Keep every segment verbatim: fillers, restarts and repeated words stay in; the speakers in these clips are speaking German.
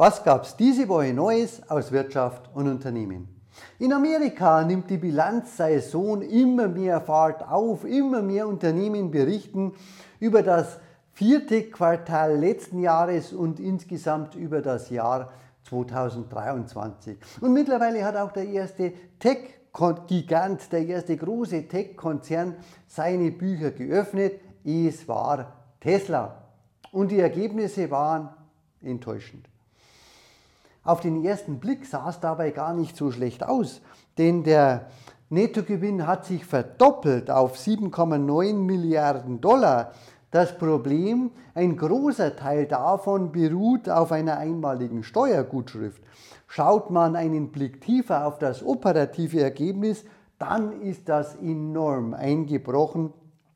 Was gab es diese Woche Neues aus Wirtschaft und Unternehmen? In Amerika nimmt die Bilanzsaison immer mehr Fahrt auf, immer mehr Unternehmen berichten über das vierte Quartal letzten Jahres und insgesamt über das Jahr zweitausenddreiundzwanzig. Und mittlerweile hat auch der erste Tech-Gigant, der erste große Tech-Konzern seine Bücher geöffnet. Es war Tesla. Und die Ergebnisse waren enttäuschend. Auf den ersten Blick sah es dabei gar nicht so schlecht aus, denn der Nettogewinn hat sich verdoppelt auf sieben Komma neun Milliarden Dollar. Das Problem, ein großer Teil davon beruht auf einer einmaligen Steuergutschrift. Schaut man einen Blick tiefer auf das operative Ergebnis, dann ist das enorm eingebrochen,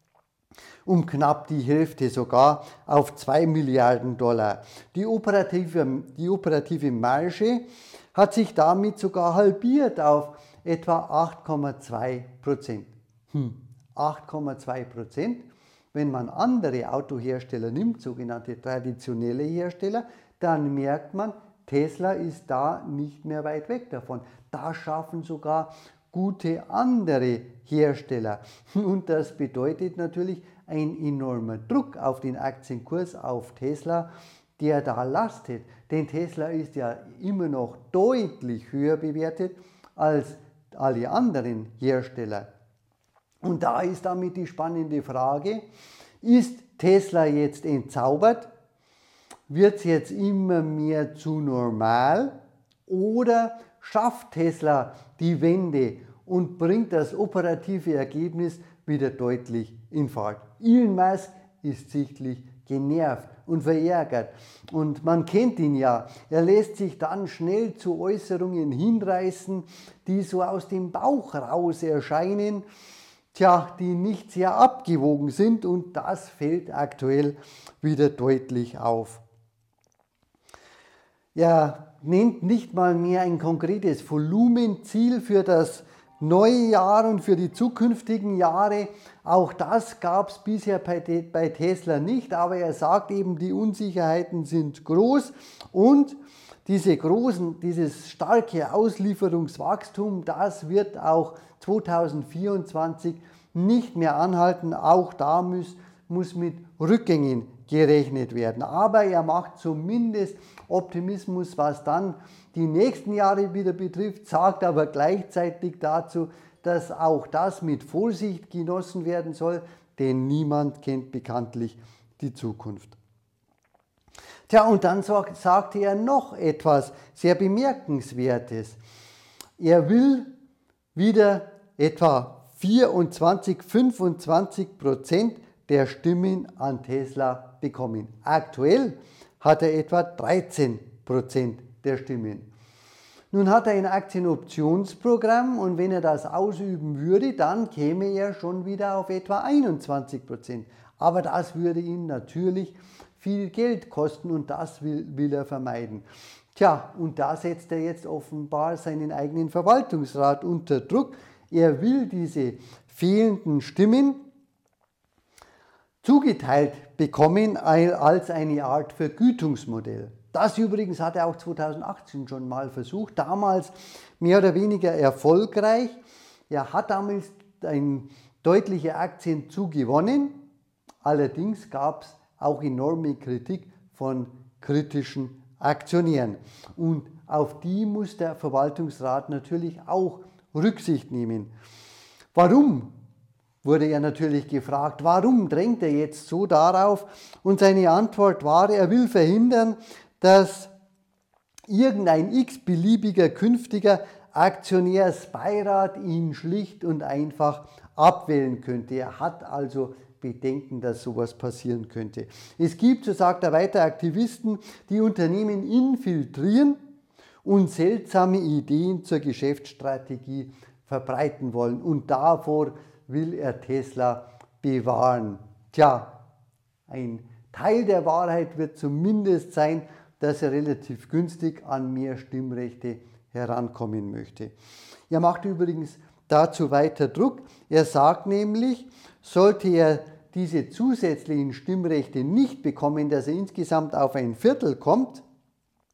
um knapp die Hälfte sogar auf zwei Milliarden Dollar. Die operative, die operative Marge hat sich damit sogar halbiert auf etwa acht Komma zwei Prozent. Hm, acht Komma zwei Prozent. Wenn man andere Autohersteller nimmt, sogenannte traditionelle Hersteller, dann merkt man, Tesla ist da nicht mehr weit weg davon. Da schaffen sogar gute andere Hersteller. Und das bedeutet natürlich ein enormer Druck auf den Aktienkurs, auf Tesla, der da lastet. Denn Tesla ist ja immer noch deutlich höher bewertet als alle anderen Hersteller. Und da ist damit die spannende Frage, ist Tesla jetzt entzaubert? Wird es jetzt immer mehr zu normal? Oder schafft Tesla die Wende und bringt das operative Ergebnis wieder deutlich in Fahrt? Elon Musk ist sichtlich genervt und verärgert. Und man kennt ihn ja. Er lässt sich dann schnell zu Äußerungen hinreißen, die so aus dem Bauch raus erscheinen, tja, die nicht sehr abgewogen sind, und das fällt aktuell wieder deutlich auf. Er nennt nicht mal mehr ein konkretes Volumenziel für das neue Jahr und für die zukünftigen Jahre. Auch das gab es bisher bei, bei Tesla nicht, aber er sagt eben, die Unsicherheiten sind groß und diese großen, dieses starke Auslieferungswachstum, das wird auch zweitausendvierundzwanzig nicht mehr anhalten. Auch da muss, muss mit Rückgängen gerechnet werden. Aber er macht zumindest Optimismus, was dann die nächsten Jahre wieder betrifft, sagt aber gleichzeitig dazu, dass auch das mit Vorsicht genossen werden soll, denn niemand kennt bekanntlich die Zukunft. Tja, und dann sagt, sagte er noch etwas sehr Bemerkenswertes. Er will wieder etwa vierundzwanzig, fünfundzwanzig Prozent der Stimmen an Tesla bekommen. Aktuell hat er etwa dreizehn Prozent der Stimmen. Nun hat er ein Aktienoptionsprogramm und wenn er das ausüben würde, dann käme er schon wieder auf etwa einundzwanzig Prozent. Aber das würde ihn natürlich viel Geld kosten und das will, will er vermeiden. Tja, und da setzt er jetzt offenbar seinen eigenen Verwaltungsrat unter Druck. Er will diese fehlenden Stimmen zugeteilt bekommen als eine Art Vergütungsmodell. Das übrigens hat er auch zweitausendachtzehn schon mal versucht, damals mehr oder weniger erfolgreich. Er hat damals ein deutliche Aktien zugewonnen, allerdings gab es auch enorme Kritik von kritischen Aktionären. Und auf die muss der Verwaltungsrat natürlich auch Rücksicht nehmen. Warum? Wurde er natürlich gefragt, warum drängt er jetzt so darauf? Und seine Antwort war, er will verhindern, dass irgendein x-beliebiger künftiger Aktionärsbeirat ihn schlicht und einfach abwählen könnte. Er hat also Bedenken, dass sowas passieren könnte. Es gibt, so sagt er weiter, Aktivisten, die Unternehmen infiltrieren und seltsame Ideen zur Geschäftsstrategie verbreiten wollen. Und davor will er Tesla bewahren. Tja, ein Teil der Wahrheit wird zumindest sein, dass er relativ günstig an mehr Stimmrechte herankommen möchte. Er macht übrigens dazu weiter Druck. Er sagt nämlich, sollte er diese zusätzlichen Stimmrechte nicht bekommen, dass er insgesamt auf ein Viertel kommt,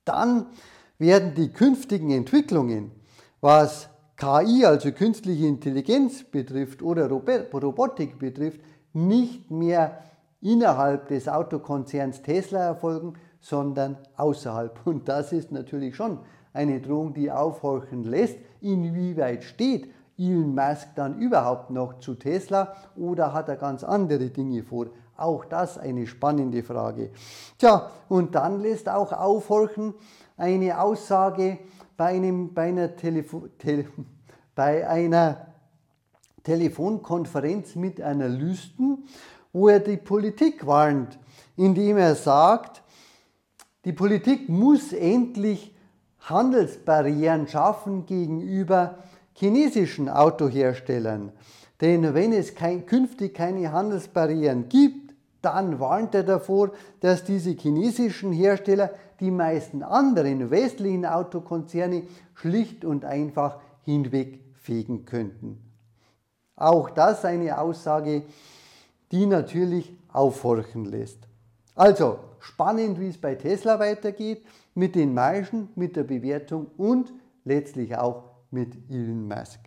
dann werden die künftigen Entwicklungen, was K I, also künstliche Intelligenz betrifft oder Robotik betrifft, nicht mehr innerhalb des Autokonzerns Tesla erfolgen, sondern außerhalb. Und das ist natürlich schon eine Drohung, die aufhorchen lässt. Inwieweit steht Elon Musk dann überhaupt noch zu Tesla oder hat er ganz andere Dinge vor? Auch das eine spannende Frage. Tja, und dann lässt auch aufhorchen eine Aussage bei, einem, bei, einer, Telefo Tele bei einer Telefonkonferenz mit Analysten, wo er die Politik warnt, indem er sagt, die Politik muss endlich Handelsbarrieren schaffen gegenüber chinesischen Autoherstellern. Denn wenn es kein, künftig keine Handelsbarrieren gibt, dann warnt er davor, dass diese chinesischen Hersteller die meisten anderen westlichen Autokonzerne schlicht und einfach hinwegfegen könnten. Auch das eine Aussage, die natürlich aufhorchen lässt. Also spannend, wie es bei Tesla weitergeht, mit den Margen, mit der Bewertung und letztlich auch mit Elon Musk.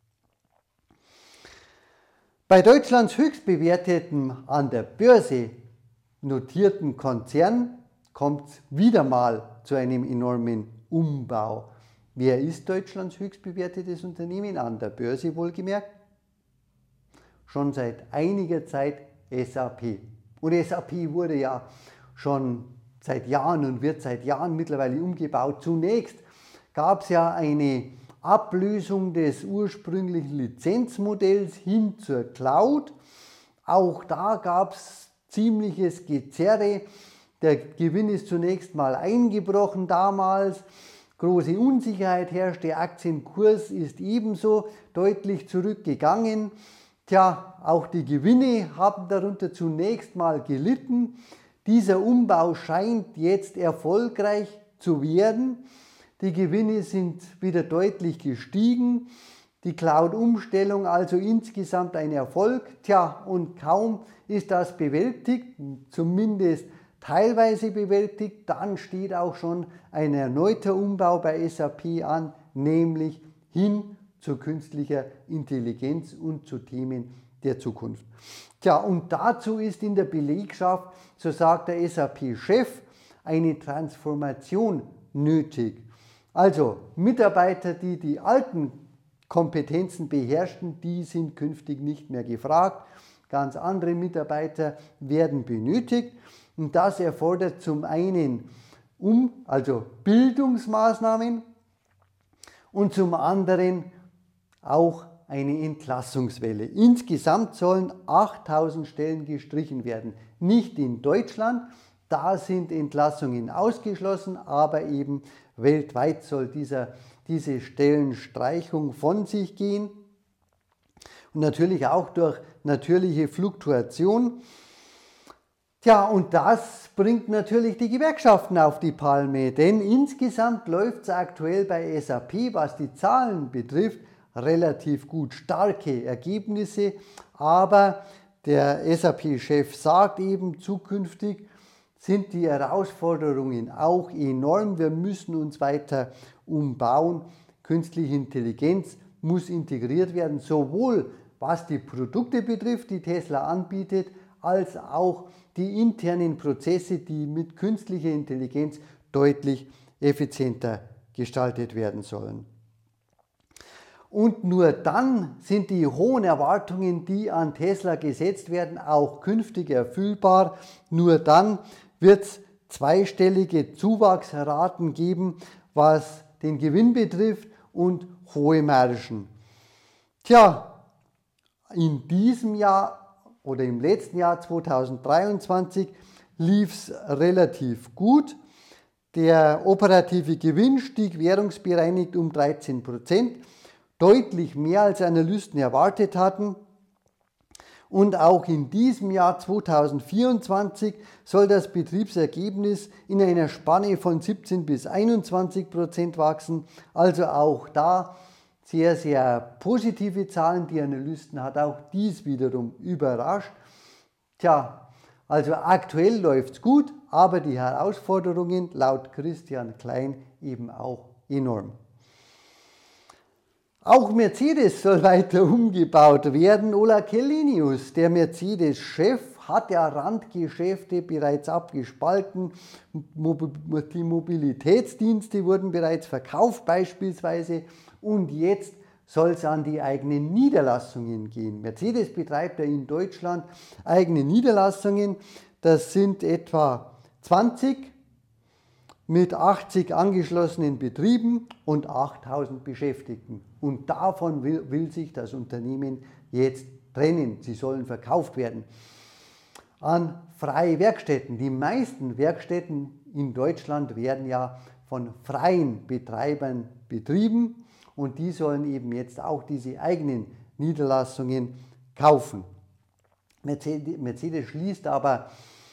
Bei Deutschlands höchstbewerteten, an der Börse notierten Konzern kommt es wieder mal zu einem enormen Umbau. Wer ist Deutschlands höchstbewertetes Unternehmen? An der Börse wohlgemerkt. Schon seit einiger Zeit S A P. Und S A P wurde ja schon seit Jahren und wird seit Jahren mittlerweile umgebaut. Zunächst gab es ja eine Ablösung des ursprünglichen Lizenzmodells hin zur Cloud. Auch da gab es ziemliches Gezerre. Der Gewinn ist zunächst mal eingebrochen damals. Große Unsicherheit herrscht, der Aktienkurs ist ebenso deutlich zurückgegangen. Tja, auch die Gewinne haben darunter zunächst mal gelitten. Dieser Umbau scheint jetzt erfolgreich zu werden. Die Gewinne sind wieder deutlich gestiegen. Die Cloud-Umstellung also insgesamt ein Erfolg. Tja, und kaum ist das bewältigt, zumindest teilweise bewältigt, dann steht auch schon ein erneuter Umbau bei S A P an, nämlich hin zu künstlicher Intelligenz und zu Themen der Zukunft. Tja, und dazu ist in der Belegschaft, so sagt der S A P-Chef, eine Transformation nötig. Also Mitarbeiter, die die alten Kompetenzen beherrschen, die sind künftig nicht mehr gefragt. Ganz andere Mitarbeiter werden benötigt. Und das erfordert zum einen um, also Bildungsmaßnahmen und zum anderen auch eine Entlassungswelle. Insgesamt sollen achttausend Stellen gestrichen werden. Nicht in Deutschland, da sind Entlassungen ausgeschlossen, aber eben weltweit soll dieser, diese Stellenstreichung von sich gehen. Und natürlich auch durch natürliche Fluktuation. Tja, und das bringt natürlich die Gewerkschaften auf die Palme, denn insgesamt läuft es aktuell bei S A P, was die Zahlen betrifft, relativ gut, starke Ergebnisse, aber der S A P-Chef sagt eben, zukünftig sind die Herausforderungen auch enorm, wir müssen uns weiter umbauen, künstliche Intelligenz muss integriert werden, sowohl was die Produkte betrifft, die Tesla anbietet, als auch die internen Prozesse, die mit künstlicher Intelligenz deutlich effizienter gestaltet werden sollen. Und nur dann sind die hohen Erwartungen, die an Tesla gesetzt werden, auch künftig erfüllbar. Nur dann wird es zweistellige Zuwachsraten geben, was den Gewinn betrifft und hohe Margen. Tja, in diesem Jahr oder im letzten Jahr zweitausenddreiundzwanzig lief es relativ gut. Der operative Gewinn stieg währungsbereinigt um dreizehn Prozent, deutlich mehr als Analysten erwartet hatten. Und auch in diesem Jahr zweitausendvierundzwanzig soll das Betriebsergebnis in einer Spanne von siebzehn bis einundzwanzig Prozent wachsen. Also auch da sehr, sehr positive Zahlen. Die Analysten hat auch dies wiederum überrascht. Tja, also aktuell läuft es gut, aber die Herausforderungen laut Christian Klein eben auch enorm. Auch Mercedes soll weiter umgebaut werden. Ola Källenius, der Mercedes-Chef, hat ja Randgeschäfte bereits abgespalten. Die Mobilitätsdienste wurden bereits verkauft beispielsweise und jetzt soll es an die eigenen Niederlassungen gehen. Mercedes betreibt ja in Deutschland eigene Niederlassungen. Das sind etwa zwanzig mit achtzig angeschlossenen Betrieben und achttausend Beschäftigten. Und davon will, will sich das Unternehmen jetzt trennen. Sie sollen verkauft werden an freie Werkstätten. Die meisten Werkstätten in Deutschland werden ja von freien Betreibern betrieben und die sollen eben jetzt auch diese eigenen Niederlassungen kaufen. Mercedes, Mercedes schließt aber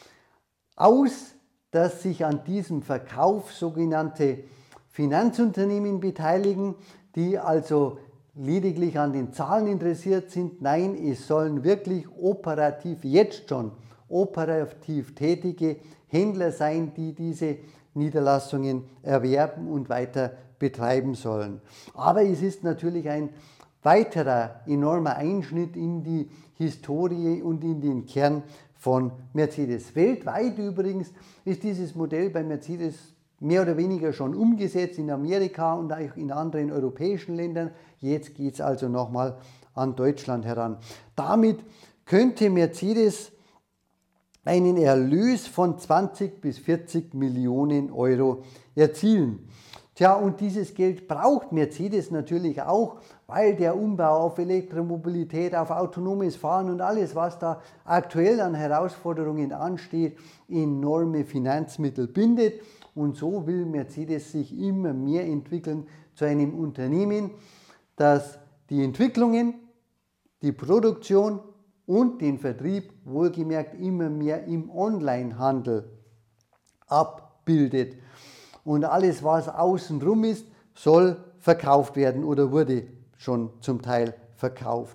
aus, dass sich an diesem Verkauf sogenannte Finanzunternehmen beteiligen, die also lediglich an den Zahlen interessiert sind. Nein, es sollen wirklich operativ, jetzt schon operativ tätige Händler sein, die diese Niederlassungen erwerben und weiter betreiben sollen. Aber es ist natürlich ein weiterer enormer Einschnitt in die Historie und in den Kern von Mercedes. Weltweit übrigens ist dieses Modell bei Mercedes mehr oder weniger schon umgesetzt, in Amerika und auch in anderen europäischen Ländern. Jetzt geht es also nochmal an Deutschland heran. Damit könnte Mercedes einen Erlös von zwanzig bis vierzig Millionen Euro erzielen. Tja, und dieses Geld braucht Mercedes natürlich auch, weil der Umbau auf Elektromobilität, auf autonomes Fahren und alles, was da aktuell an Herausforderungen ansteht, enorme Finanzmittel bindet. Und so will Mercedes sich immer mehr entwickeln zu einem Unternehmen, das die Entwicklungen, die Produktion und den Vertrieb, wohlgemerkt, immer mehr im Onlinehandel abbildet. Und alles, was außenrum ist, soll verkauft werden oder wurde schon zum Teil verkauft.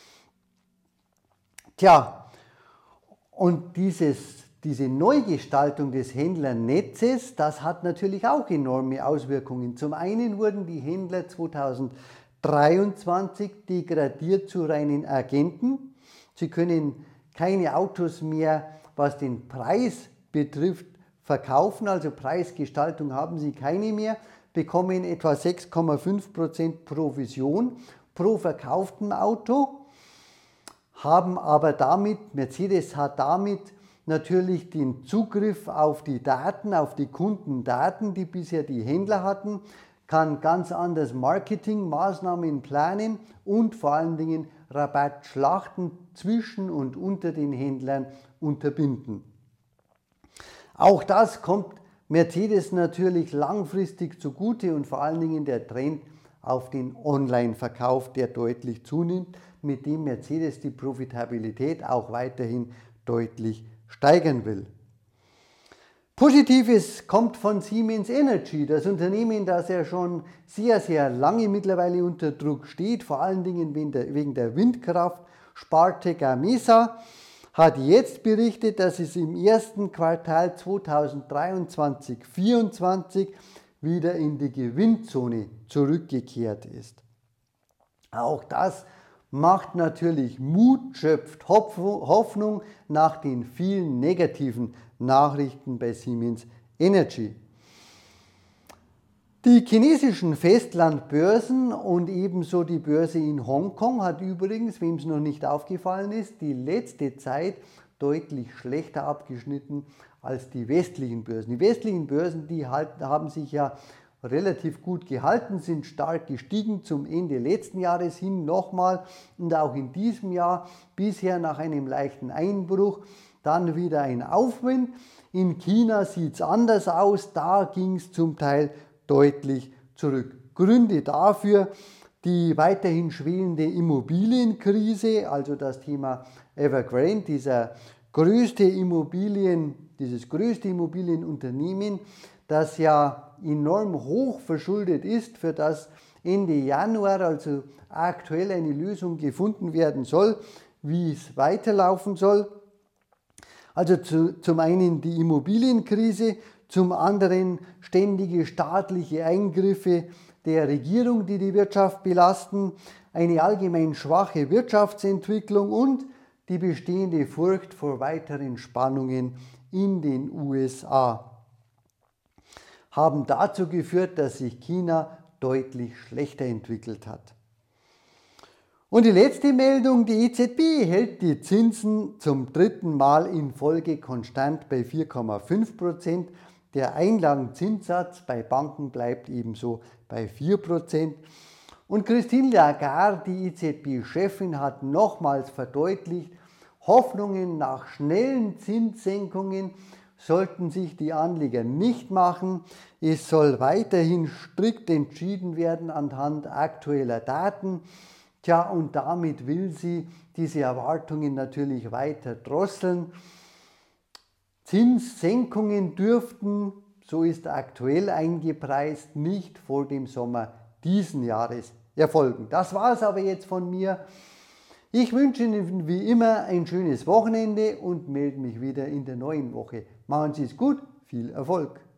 Tja, und dieses, diese Neugestaltung des Händlernetzes, das hat natürlich auch enorme Auswirkungen. Zum einen wurden die Händler zweitausenddreiundzwanzig degradiert zu reinen Agenten. Sie können keine Autos mehr, was den Preis betrifft, verkaufen, also Preisgestaltung haben sie keine mehr, bekommen etwa sechs Komma fünf Prozent Provision pro verkauftem Auto, haben aber damit, Mercedes hat damit natürlich den Zugriff auf die Daten, auf die Kundendaten, die bisher die Händler hatten, kann ganz anders Marketingmaßnahmen planen und vor allen Dingen Rabattschlachten zwischen und unter den Händlern unterbinden. Auch das kommt Mercedes natürlich langfristig zugute und vor allen Dingen der Trend auf den Online-Verkauf, der deutlich zunimmt, mit dem Mercedes die Profitabilität auch weiterhin deutlich steigern will. Positives kommt von Siemens Energy, das Unternehmen, das ja schon sehr, sehr lange mittlerweile unter Druck steht, vor allen Dingen wegen der Windkraft-Sparte Gamesa, hat jetzt berichtet, dass es im ersten Quartal zweitausenddreiundzwanzig vierundzwanzig wieder in die Gewinnzone zurückgekehrt ist. Auch das macht natürlich Mut, schöpft Hoffnung nach den vielen negativen Nachrichten bei Siemens Energy. Die chinesischen Festlandbörsen und ebenso die Börse in Hongkong hat übrigens, wem es noch nicht aufgefallen ist, die letzte Zeit deutlich schlechter abgeschnitten als die westlichen Börsen. Die westlichen Börsen, die halt, haben sich ja relativ gut gehalten, sind stark gestiegen zum Ende letzten Jahres hin nochmal und auch in diesem Jahr bisher nach einem leichten Einbruch dann wieder ein Aufwind. In China sieht es anders aus, da ging es zum Teil deutlich zurück. Gründe dafür die weiterhin schwelende Immobilienkrise, also das Thema Evergrande, dieser größte Immobilien, dieses größte Immobilienunternehmen, das ja enorm hoch verschuldet ist, für das Ende Januar also aktuell eine Lösung gefunden werden soll, wie es weiterlaufen soll. Also zu, zum einen die Immobilienkrise, zum anderen ständige staatliche Eingriffe der Regierung, die die Wirtschaft belasten, eine allgemein schwache Wirtschaftsentwicklung und die bestehende Furcht vor weiteren Spannungen in den U S A haben dazu geführt, dass sich China deutlich schlechter entwickelt hat. Und die letzte Meldung, die E Z B hält die Zinsen zum dritten Mal in Folge konstant bei vier Komma fünf Prozent. Der Einlagenzinssatz bei Banken bleibt ebenso bei vier Prozent. Und Christine Lagarde, die E Z B-Chefin, hat nochmals verdeutlicht, Hoffnungen nach schnellen Zinssenkungen sollten sich die Anleger nicht machen. Es soll weiterhin strikt entschieden werden anhand aktueller Daten. Tja, und damit will sie diese Erwartungen natürlich weiter drosseln. Zinssenkungen dürften, so ist aktuell eingepreist, nicht vor dem Sommer diesen Jahres erfolgen. Das war es aber jetzt von mir. Ich wünsche Ihnen wie immer ein schönes Wochenende und melde mich wieder in der neuen Woche. Machen Sie es gut, viel Erfolg!